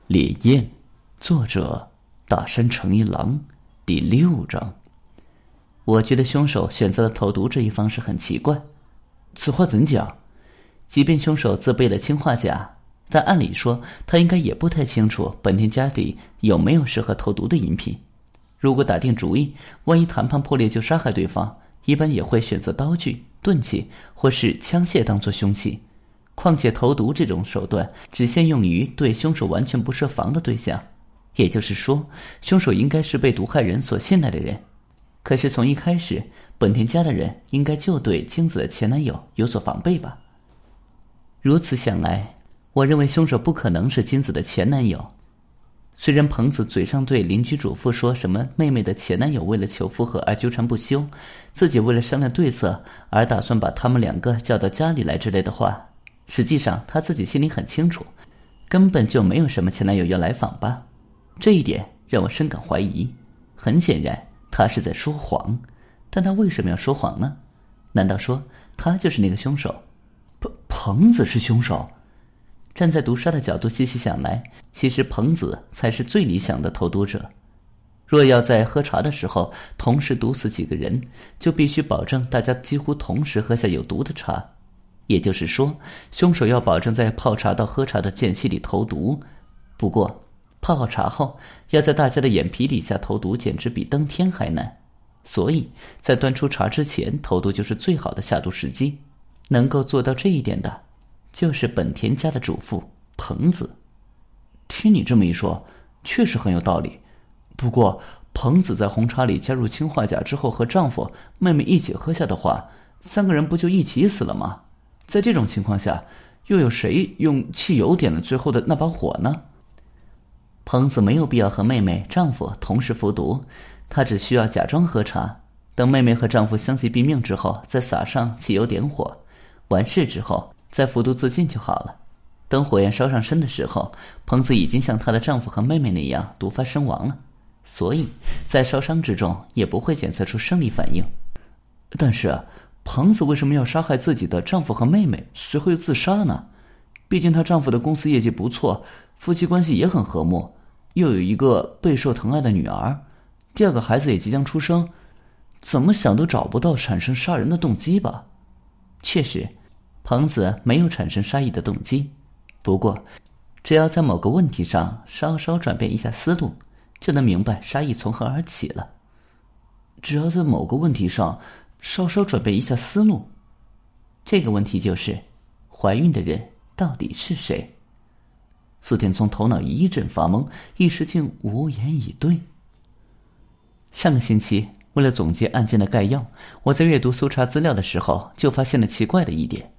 烈焰，作者大山诚一郎，第6章。我觉得凶手选择了投毒这一方式很奇怪。此话怎讲？即便凶手自备了氰化钾，但按理说他应该也不太清楚本田家里有没有适合投毒的饮品。如果打定主意，万一谈判破裂就杀害对方，一般也会选择刀具、钝器或是枪械当作凶器。况且投毒这种手段只限用于对凶手完全不设防的对象，也就是说，凶手应该是被毒害人所信赖的人。可是从一开始，本田家的人应该就对京子的前男友有所防备吧。如此想来，我认为凶手不可能是京子的前男友。虽然彭子嘴上对邻居主妇说什么妹妹的前男友为了求复合而纠缠不休，自己为了商量对策而打算把他们2个叫到家里来之类的话，实际上他自己心里很清楚，根本就没有什么前男友要来访吧。这一点让我深感怀疑。很显然他是在说谎，但他为什么要说谎呢？难道说他就是那个凶手？彭子是凶手？站在毒杀的角度细细想来，其实彭子才是最理想的投毒者。若要在喝茶的时候同时毒死几个人，就必须保证大家几乎同时喝下有毒的茶。也就是说，凶手要保证在泡茶到喝茶的间隙里投毒。不过泡好茶后要在大家的眼皮底下投毒简直比登天还难，所以在端出茶之前投毒就是最好的下毒时机。能够做到这一点的就是本田家的主妇彭子。听你这么一说，确实很有道理。不过彭子在红茶里加入氰化钾之后和丈夫妹妹一起喝下的话，3个人不就一起死了吗？在这种情况下，又有谁用汽油点了最后的那把火呢？彭子没有必要和妹妹、丈夫同时服毒，她只需要假装喝茶，等妹妹和丈夫相继毙命之后，再撒上汽油点火，完事之后再服毒自尽就好了。等火焰烧上身的时候，彭子已经像她的丈夫和妹妹那样毒发身亡了，所以在烧伤之中也不会检测出生理反应。但是彭子为什么要杀害自己的丈夫和妹妹，随后又自杀呢？毕竟她丈夫的公司业绩不错，夫妻关系也很和睦，又有一个备受疼爱的女儿，第2个孩子也即将出生，怎么想都找不到产生杀人的动机吧。确实，彭子没有产生杀意的动机，不过只要在某个问题上稍稍转变一下思路，就能明白杀意从何而起了。只要在某个问题上稍稍转变一下思路，这个问题就是怀孕的人到底是谁？司田聪头脑一阵发懵，一时竟无言以对。上个星期为了总结案件的概要，我在阅读搜查资料的时候就发现了奇怪的一点。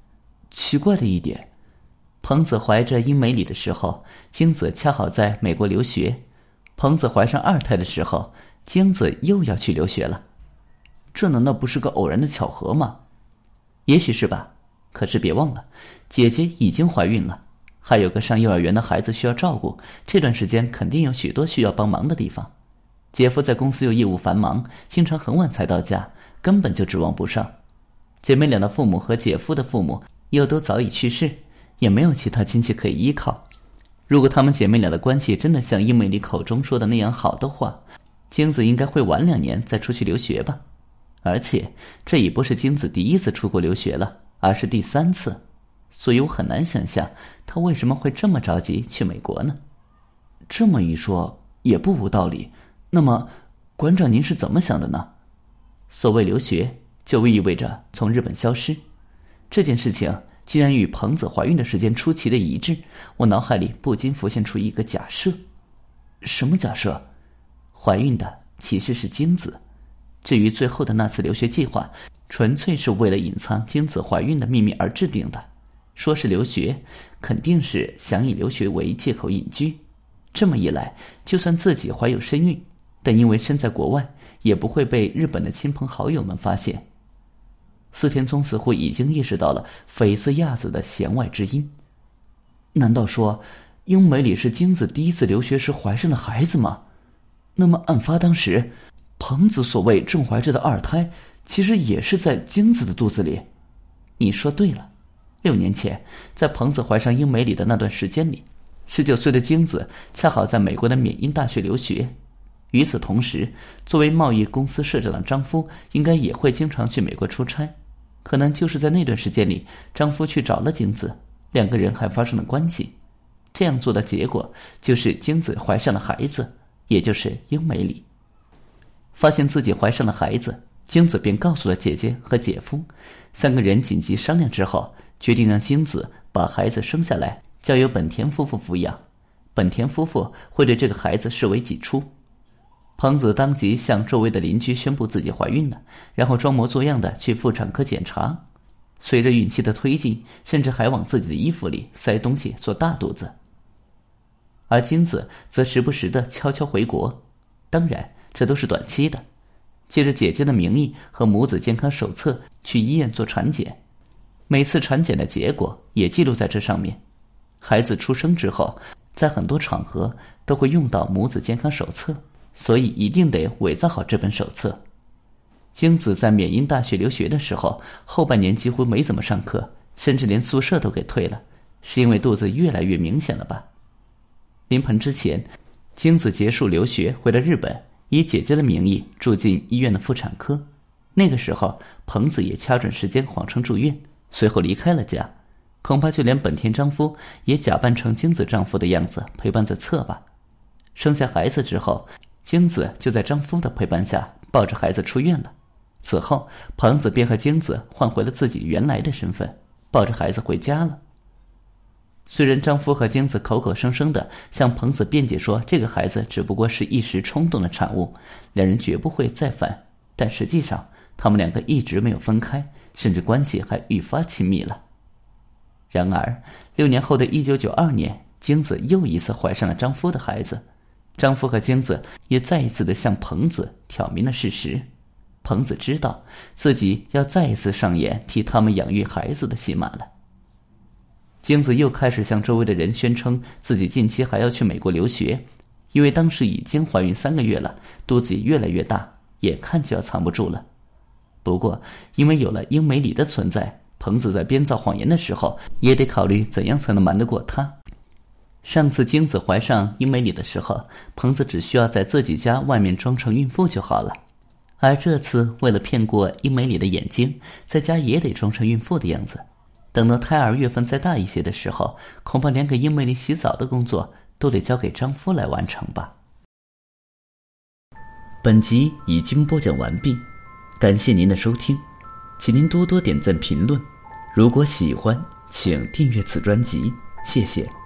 彭子怀着英美里的时候，京子恰好在美国留学。彭子怀上2胎的时候，京子又要去留学了。这难道不是个偶然的巧合吗？也许是吧，可是别忘了，姐姐已经怀孕了，还有个上幼儿园的孩子需要照顾，这段时间肯定有许多需要帮忙的地方。姐夫在公司又业务繁忙，经常很晚才到家，根本就指望不上。姐妹俩的父母和姐夫的父母又都早已去世，也没有其他亲戚可以依靠。如果她们姐妹俩的关系真的像英美里口中说的那样好的话，京子应该会晚2年再出去留学吧。而且这已不是京子第1次出国留学了，而是第3次，所以我很难想象她为什么会这么着急去美国呢？这么一说也不无道理。那么馆长您是怎么想的呢？所谓留学就意味着从日本消失，这件事情既然与彭子怀孕的时间出奇的一致，我脑海里不禁浮现出一个假设。什么假设？怀孕的其实是京子。至于最后的那次留学计划，纯粹是为了隐藏京子怀孕的秘密而制定的。说是留学，肯定是想以留学为借口隐居。这么一来，就算自己怀有身孕，但因为身在国外，也不会被日本的亲朋好友们发现。司田聪似乎已经意识到了绯色亚子的弦外之音。难道说英美里是京子第1次留学时怀上的孩子吗？那么案发当时，彭子所谓正怀着的2胎其实也是在京子的肚子里。你说对了，6年前在彭子怀上英美里的那段时间里， 19岁的京子恰好在美国的缅因大学留学。与此同时，作为贸易公司社长的张夫应该也会经常去美国出差，可能就是在那段时间里，张夫去找了京子，两个人还发生了关系。这样做的结果就是京子怀上了孩子，也就是英美里。发现自己怀上了孩子，京子便告诉了姐姐和姐夫，三个人紧急商量之后，决定让京子把孩子生下来，交由本田夫妇抚养，本田夫妇会对这个孩子视为己出。彭子当即向周围的邻居宣布自己怀孕了，然后装模作样的去妇产科检查。随着孕期的推进，甚至还往自己的衣服里塞东西做大肚子。而金子则时不时的悄悄回国，当然这都是短期的，借着姐姐的名义和母子健康手册去医院做产检，每次产检的结果也记录在这上面。孩子出生之后，在很多场合都会用到母子健康手册，所以一定得伪造好这本手册。京子在缅因大学留学的时候，后半年几乎没怎么上课，甚至连宿舍都给退了，是因为肚子越来越明显了吧？临盆之前，京子结束留学回了日本，以姐姐的名义住进医院的妇产科。那个时候，彭子也掐准时间谎称住院，随后离开了家。恐怕就连本田丈夫也假扮成京子丈夫的样子陪伴在侧吧。生下孩子之后，京子就在丈夫的陪伴下抱着孩子出院了。此后，彭子便和京子换回了自己原来的身份，抱着孩子回家了。虽然丈夫和京子口口声声的向彭子辩解说这个孩子只不过是一时冲动的产物，两人绝不会再犯，但实际上他们两个一直没有分开，甚至关系还愈发亲密了。然而6年后的1992年，京子又一次怀上了丈夫的孩子，丈夫和京子也再一次的向彭子挑明了事实。彭子知道自己要再一次上演替他们养育孩子的戏码了。京子又开始向周围的人宣称自己近期还要去美国留学，因为当时已经怀孕3个月了，肚子也越来越大，眼看就要藏不住了。不过因为有了英美里的存在，彭子在编造谎言的时候也得考虑怎样才能瞒得过他。上次京子怀上英美里的时候，彭子只需要在自己家外面装成孕妇就好了，而这次为了骗过英美里的眼睛，在家也得装成孕妇的样子。等到胎儿月份再大一些的时候，恐怕连给英美里洗澡的工作都得交给丈夫来完成吧。本集已经播讲完毕，感谢您的收听，请您多多点赞评论，如果喜欢请订阅此专辑，谢谢。